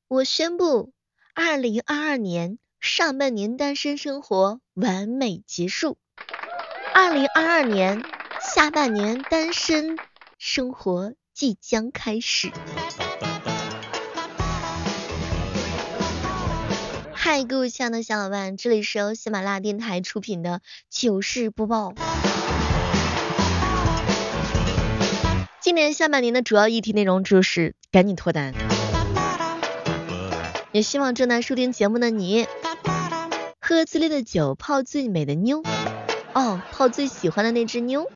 我宣布，2022年上半年单身生活完美结束，2022年下半年单身生活即将开始。嗨，各位亲爱的小伙伴，这里是由喜马拉雅电台出品的糗事播报。今年下半年的主要议题内容就是赶紧脱单，也希望正在收听节目的你，喝最烈的酒，泡最美的妞，泡最喜欢的那只妞。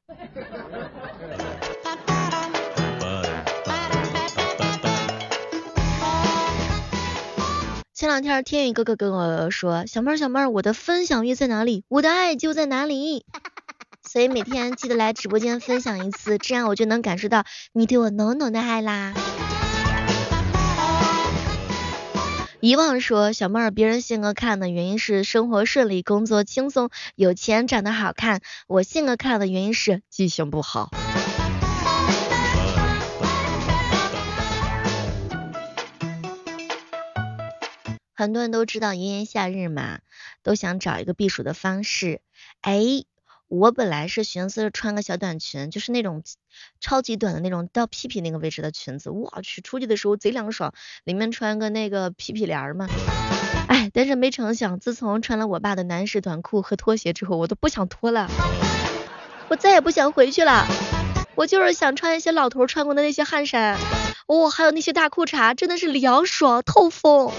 前两天天宇哥哥跟我说，小妹儿，我的分享欲在哪里？我的爱就在哪里？所以每天记得来直播间分享一次，这样我就能感受到你对我浓浓的爱啦。遗忘说，小妹儿，别人性格看的原因是生活顺利，工作轻松，有钱，长得好看。我性格看的原因是记性不好。很多人都知道炎炎夏日嘛，都想找一个避暑的方式。我本来是寻思穿个小短裙，就是那种超级短的那种到屁屁那个位置的裙子，我去出去的时候贼凉爽，里面穿个那个屁屁帘嘛。但是没成想，自从穿了我爸的男士短裤和拖鞋之后，我都不想脱了，我再也不想回去了。我就是想穿一些老头穿过的那些汗衫，还有那些大裤衩，真的是凉爽透风。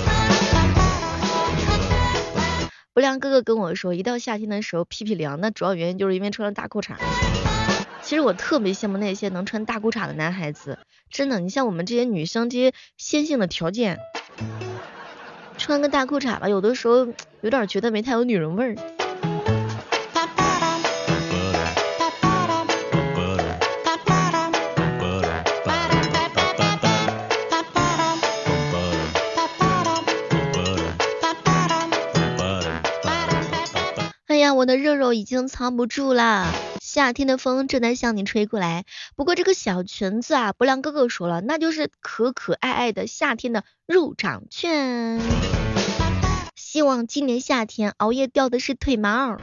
不良哥哥跟我说，一到夏天的时候屁屁凉，那主要原因就是因为穿了大裤衩。其实我特别羡慕那些能穿大裤衩的男孩子，真的，你像我们这些女生这些先性的条件，穿个大裤衩吧，有的时候有点觉得没太有女人味儿。我的肉肉已经藏不住了，夏天的风正在向你吹过来。不过这个小裙子啊，不良哥哥说了，那就是可可爱爱的夏天的入场券。希望今年夏天熬夜掉的是腿毛。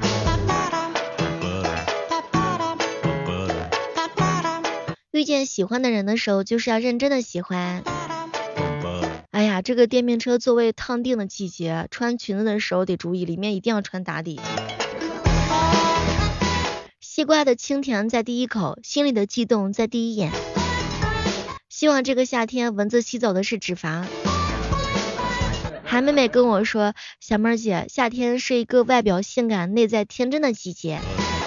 遇见喜欢的人的时候，就是要认真的喜欢。这个电瓶车座位烫腚的季节，穿裙子的时候得注意，里面一定要穿打底。西瓜的清甜在第一口，心里的悸动在第一眼。希望这个夏天蚊子吸走的是脂肪。韩妹妹跟我说，小妹儿姐，夏天是一个外表性感内在天真的季节。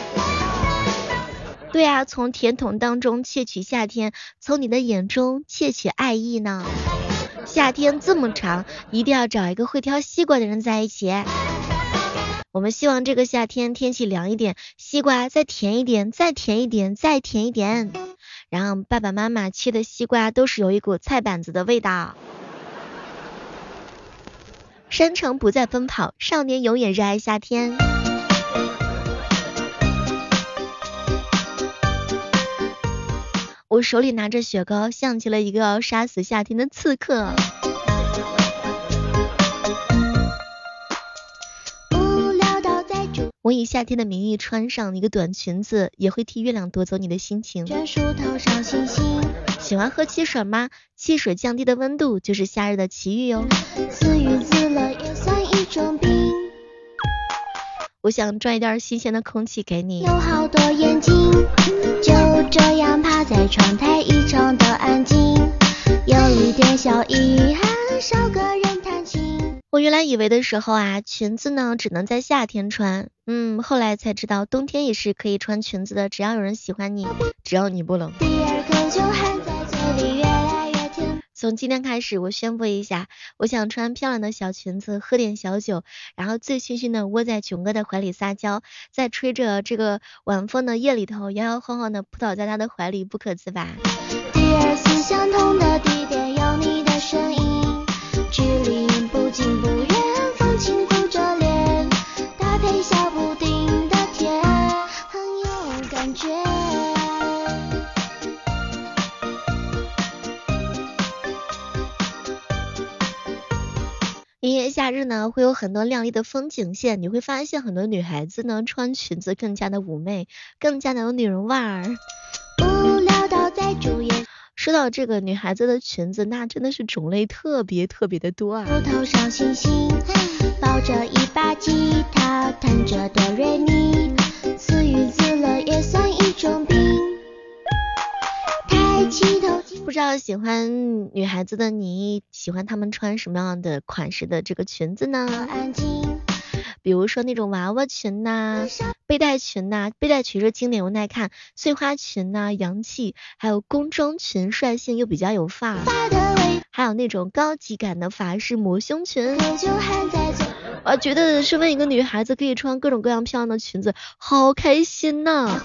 对啊，从甜筒当中窃取夏天，从你的眼中窃取爱意呢。夏天这么长，一定要找一个会挑西瓜的人在一起。我们希望这个夏天天气凉一点，西瓜再甜一点，再甜一点，再甜一点，然后爸爸妈妈切的西瓜都是有一股菜板子的味道。山城不再奔跑，少年永远热爱夏天。我手里拿着雪糕，像极了一个要杀死夏天的刺客。我以夏天的名义穿上一个短裙子，也会替月亮夺走你的心情。头上星星。喜欢喝汽水吗？汽水降低的温度就是夏日的奇遇哟。自娱自乐也算一种病。我想赚一点新鲜的空气给你。有好多眼睛，就这样趴在窗台，异常的安静，有一点小遗憾，少个人弹琴。我原来以为的时候啊，裙子呢只能在夏天穿，后来才知道冬天也是可以穿裙子的，只要有人喜欢你，只要你不冷。第二口就含在嘴里，越来越甜。从今天开始，我宣布一下，我想穿漂亮的小裙子，喝点小酒，然后醉醺醺的窝在囧哥的怀里撒娇，在吹着这个晚风的夜里头，摇摇晃晃的扑倒在他的怀里，不可自拔。第二次相同的地点，有你的身影，距离不近不远，风轻拂着脸，搭配小布丁的甜，很有感觉。 炎炎夏日呢，会有很多亮丽的风景线，你会发现很多女孩子呢穿裙子更加的妩媚，更加的有女人味儿。无聊到在主页。说到这个女孩子的裙子，那真的是种类特别特别的多啊。头上星星，抱着一把吉他，弹着哆瑞咪，自娱自乐也算一种病。抬起头，不知道喜欢女孩子的你，喜欢她们穿什么样的款式的这个裙子呢？安静。比如说那种娃娃裙呐、背带裙呐、背带裙是经典又耐看，碎花裙呐、洋气，还有工装裙，率性又比较有范儿，还有那种高级感的法式抹胸裙。我觉得身为一个女孩子，可以穿各种各样漂亮的裙子，好开心呐！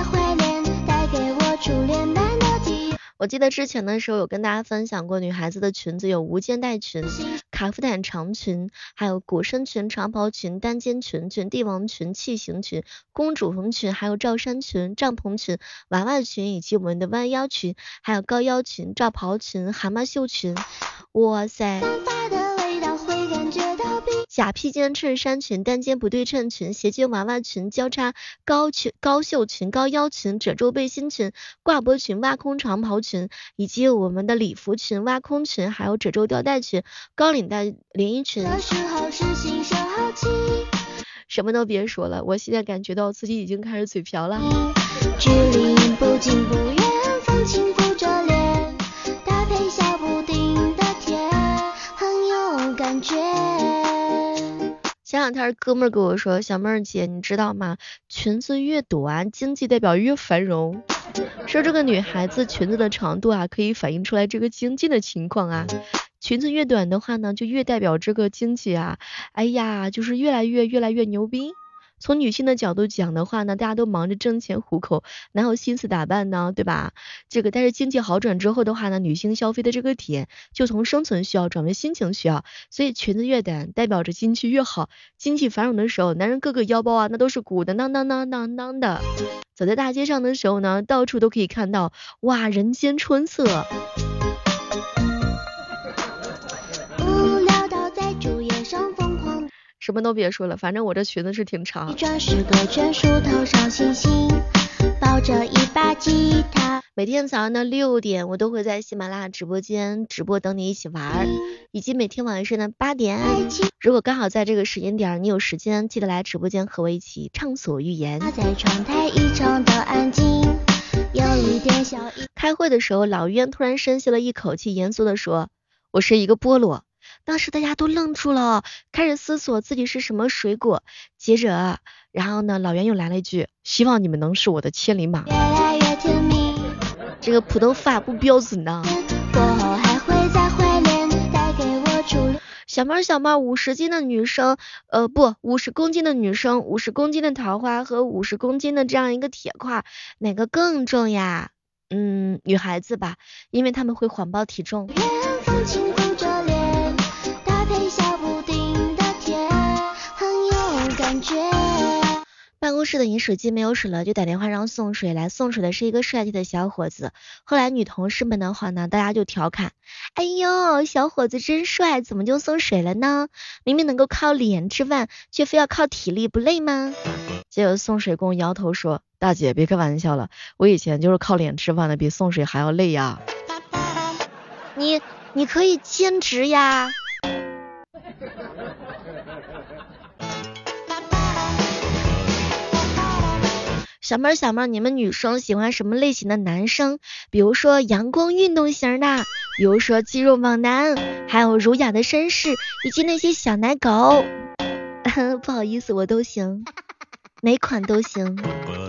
我记得之前的时候有跟大家分享过，女孩子的裙子有无肩带裙、卡夫坦长裙，还有裹身裙、长袍裙、单肩裙、帝王裙、器型裙、公主红裙，还有罩衫裙、帐篷裙、娃娃裙，以及我们的弯腰裙，还有高腰裙、罩袍裙、蛤蟆袖裙。哇塞！假披肩衬衫裙、单肩不对称裙、斜肩娃娃裙、交叉高袖裙、高腰裙、褶皱背心裙、挂脖裙、挖空长袍裙，以及我们的礼服裙、挖空裙，还有褶皱吊带裙、高领带连衣裙。什么都别说了，我现在感觉到自己已经开始嘴瓢了。距离不近不远，风轻拂着脸，搭配小布丁的甜，很有感觉。前两天哥们儿跟我说，小妹儿姐你知道吗，裙子越短经济代表越繁荣，说这个女孩子裙子的长度啊可以反映出来这个经济的情况啊，裙子越短的话呢就越代表这个经济啊，哎呀就是越来越牛逼。从女性的角度讲的话呢，大家都忙着挣钱糊口，哪有心思打扮呢，对吧？但是经济好转之后的话呢，女性消费的这个点就从生存需要转为心情需要，所以裙子越短代表着经济越好，经济繁荣的时候，男人个个腰包啊那都是鼓的当当当当当的。走在大街上的时候呢，到处都可以看到，哇，人间春色。什么都别说了，反正我这裙子是挺长。抱着一把吉他，每天早上的6点，我都会在喜马拉雅直播间直播等你一起玩，以及每天晚上的8点，如果刚好在这个时间点你有时间，记得来直播间和我一起畅所欲言。在窗台异常的安静，有一点小开会的时候，老冤突然深吸了一口气，严肃地说，我是一个菠萝。当时大家都愣住了，开始思索自己是什么水果。接着然后呢，老袁又来了一句，希望你们能是我的千里马。越来越甜蜜，这个普通话不标准呢。过后还会再怀念，带给我初恋。小妹50斤的女生50公斤的女生，50公斤的桃花和50公斤的这样一个铁块，哪个更重呀？女孩子吧，因为他们会谎报体重。办公室的饮水机没有水了，就打电话让送水来，送水的是一个帅气的小伙子。后来女同事们的话呢，大家就调侃，哎呦，小伙子真帅，怎么就送水了呢？明明能够靠脸吃饭，却非要靠体力，不累吗？结果送水工摇头说，大姐别开玩笑了，我以前就是靠脸吃饭的，比送水还要累呀。你可以兼职呀。小妹儿，你们女生喜欢什么类型的男生？比如说阳光运动型的，比如说肌肉猛男，还有儒雅的绅士，以及那些小奶狗。不好意思，我都行，哪款都行。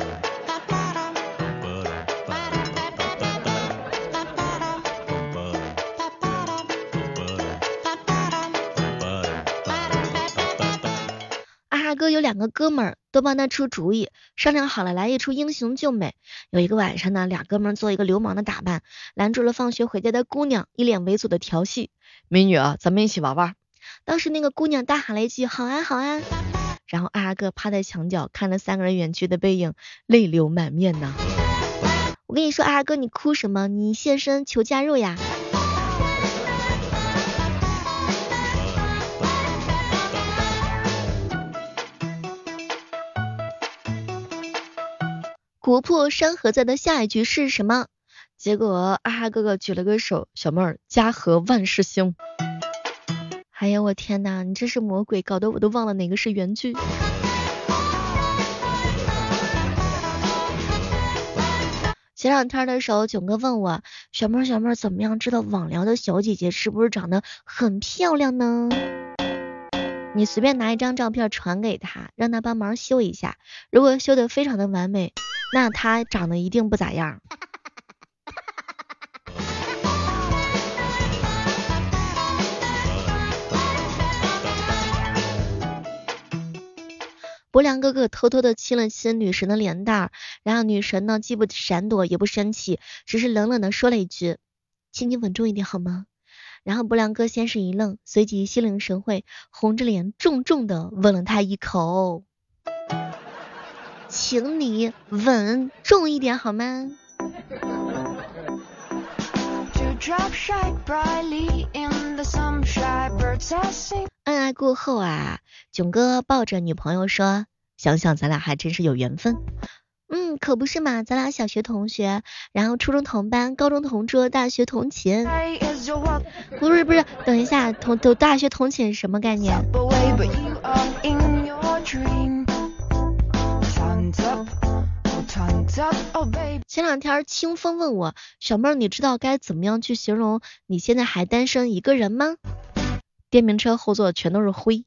阿哥有2个哥们儿都帮他出主意，商量好了来一出英雄救美。有一个晚上呢，俩哥们儿做一个流氓的打扮，拦住了放学回家的姑娘，一脸猥琐的调戏，美女啊，咱们一起玩玩。当时那个姑娘大喊了一句好啊好啊，然后阿哥趴在墙角看着3个人远去的背影，泪流满面呐。我跟你说阿哥，你哭什么？你现身求加入呀。 国破山河在的下一句是什么？结果阿哈哥哥举了个手，小妹儿家和万事兴。哎呀我天哪，你这是魔鬼，搞得我都忘了哪个是原句。前两天的时候，囧哥问我，小妹儿怎么样知道网聊的小姐姐是不是长得很漂亮呢？你随便拿一张照片传给他，让他帮忙修一下，如果修得非常的完美，那他长得一定不咋样。伯良哥哥偷偷的亲了亲女神的脸蛋儿，然后女神呢既不闪躲也不生气，只是冷冷的说了一句，请你稳重一点好吗？然后伯良哥先是一愣，随即心领神会，红着脸重重的吻了他一口，请你稳重一点好吗？恩爱过后啊，囧哥抱着女朋友说，想想咱俩还真是有缘分。可不是嘛，咱俩小学同学，然后初中同班，高中同桌，大学同寝。不是，等一下，大学同寝是什么概念？前两天清风问我，小妹儿你知道该怎么样去形容你现在还单身一个人吗？电瓶车后座全都是灰。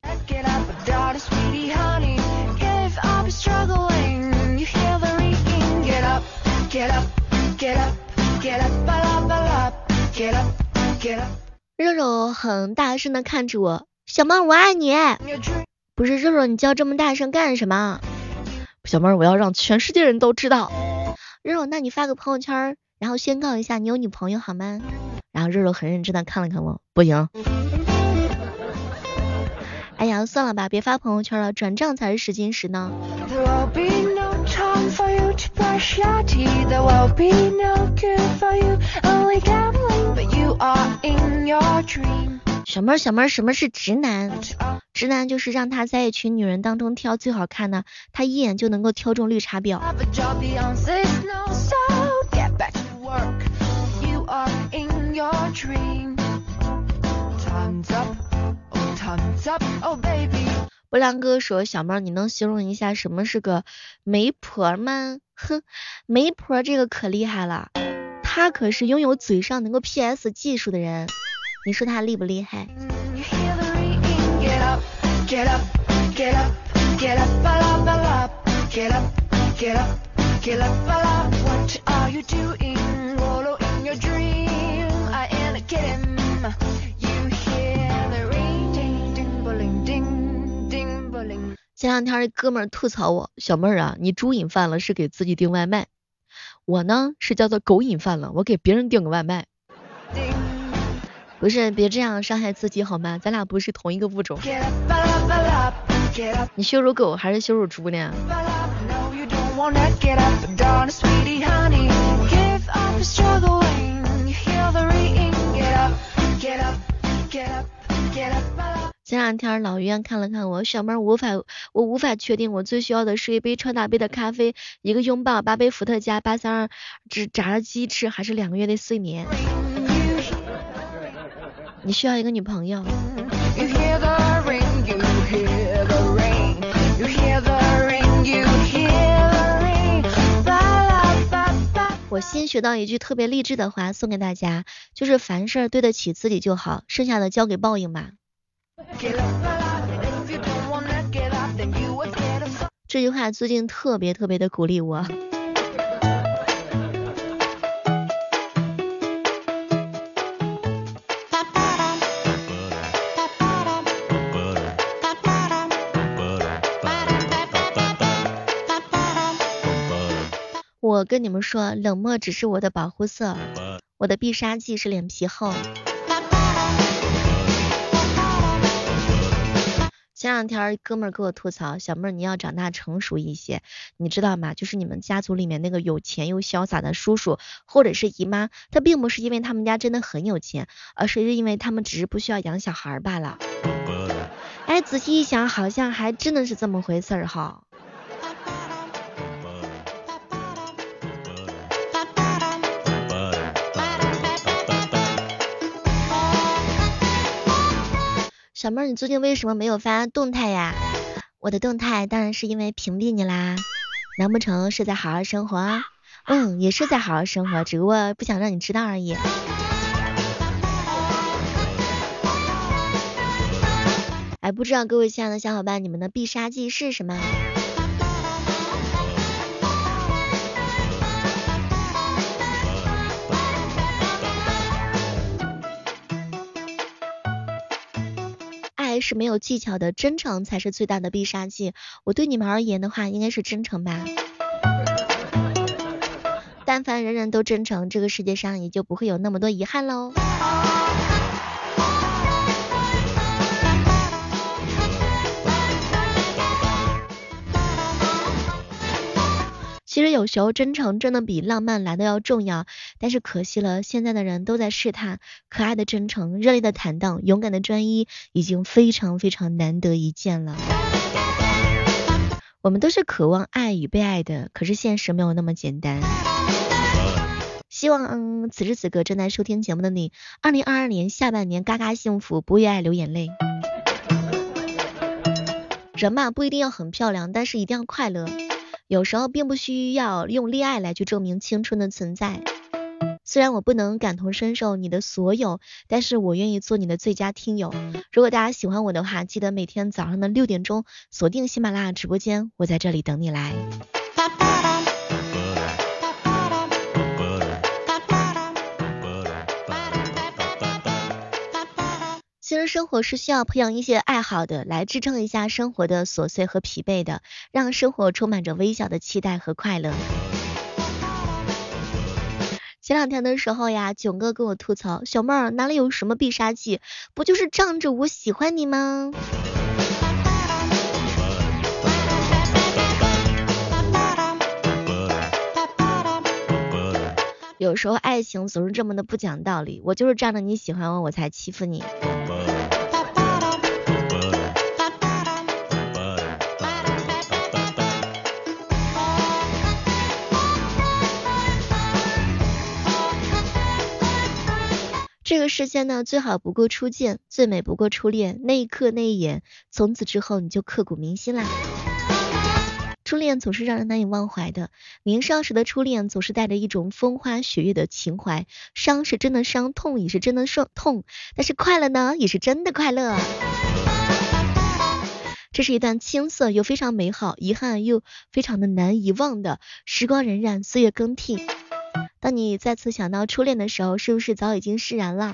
肉肉很大声的看着我，小妹儿我爱你。不是肉肉，你叫这么大声干什么？小妹儿我要让全世界人都知道。肉肉，那你发个朋友圈，然后宣告一下你有女朋友好吗？然后肉肉很认真的看了看我，不行。哎呀，算了吧，别发朋友圈了，转账才是实金石呢。小妹儿，什么是直男？直男就是让他在一群女人当中挑最好看的，他一眼就能够挑中绿茶婊。伯良哥说，小妹儿你能形容一下什么是个媒婆吗？哼，媒婆这个可厉害了，她可是拥有嘴上能够 PS 技术的人，你说她厉不厉害？前两天哥们儿吐槽我，小妹儿啊，你猪瘾犯了是给自己订外卖，我呢是叫做狗瘾犯了，我给别人订个外卖。不是，别这样伤害自己好吗？咱俩不是同一个物种。你羞辱狗还是羞辱猪呢？前两天老于看了看我，小妹儿我无法确定，我最需要的是一杯超大杯的咖啡，一个拥抱，8杯伏特加，832只炸了鸡翅，还是2个月的睡眠。你需要一个女朋友。我新学到一句特别励志的话，送给大家，就是凡事对得起自己就好，剩下的交给报应吧。这句话最近特别的鼓励我。我跟你们说，冷漠只是我的保护色，我的必杀技是脸皮厚。前两天哥们儿给我吐槽，小妹儿你要长大成熟一些，你知道吗？就是你们家族里面那个有钱又潇洒的叔叔或者是姨妈，他并不是因为他们家真的很有钱，而是因为他们只是不需要养小孩罢了。哎，仔细一想，好像还真的是这么回事儿哈。 小妹儿，你最近为什么没有发动态呀？我的动态当然是因为屏蔽你啦，难不成是在好好生活啊？也是在好好生活，只不过不想让你知道而已。哎，不知道各位亲爱的小伙伴，你们的必杀技是什么？爱是没有技巧的，真诚才是最大的必杀技。我对你们而言的话，应该是真诚吧。但凡人人都真诚，这个世界上也就不会有那么多遗憾喽。其实有时候真诚真的比浪漫来的要重要，但是可惜了，现在的人都在试探，可爱的真诚，热烈的坦荡，勇敢的专一，已经非常非常难得一见了。我们都是渴望爱与被爱的，可是现实没有那么简单。希望此时此刻正在收听节目的你，2022年下半年嘎嘎幸福，不为爱流眼泪。人嘛，不一定要很漂亮，但是一定要快乐。有时候并不需要用恋爱来去证明青春的存在。虽然我不能感同身受你的所有，但是我愿意做你的最佳听友。如果大家喜欢我的话，记得每天早上的6点钟锁定喜马拉雅直播间，我在这里等你来。其实生活是需要培养一些爱好的，来支撑一下生活的琐碎和疲惫的，让生活充满着微小的期待和快乐。前两天的时候呀，囧哥跟我吐槽，小妹儿哪里有什么必杀技，不就是仗着我喜欢你吗？有时候爱情总是这么的不讲道理，我就是仗着你喜欢我，我才欺负你。这个世间呢，最好不过初见，最美不过初恋，那一刻那一眼，从此之后你就刻骨铭心啦。初恋总是让人难以忘怀的，年少时的初恋总是带着一种风花雪月的情怀，伤是真的伤，痛也是真的痛，但是快乐呢，也是真的快乐。这是一段青涩又非常美好，遗憾又非常的难遗忘的时光荏苒，岁月更替。当你再次想到初恋的时候，是不是早已经释然了？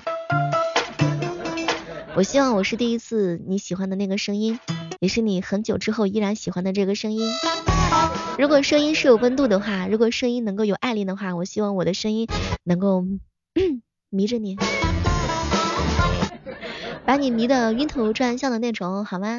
我希望我是第一次你喜欢的那个声音，也是你很久之后依然喜欢的这个声音。如果声音是有温度的话，如果声音能够有爱恋的话，我希望我的声音能够迷着你，把你迷得晕头转向的那种，好吗？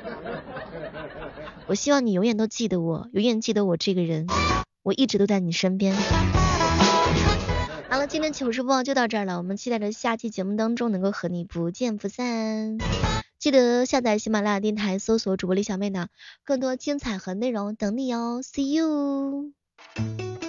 我希望你永远都记得我，永远记得我这个人，我一直都在你身边。好了，今天糗事播报就到这儿了，我们期待着下期节目当中能够和你不见不散。记得下载喜马拉雅电台，搜索主播李小妹呢，更多精彩和内容等你哦 ，See you。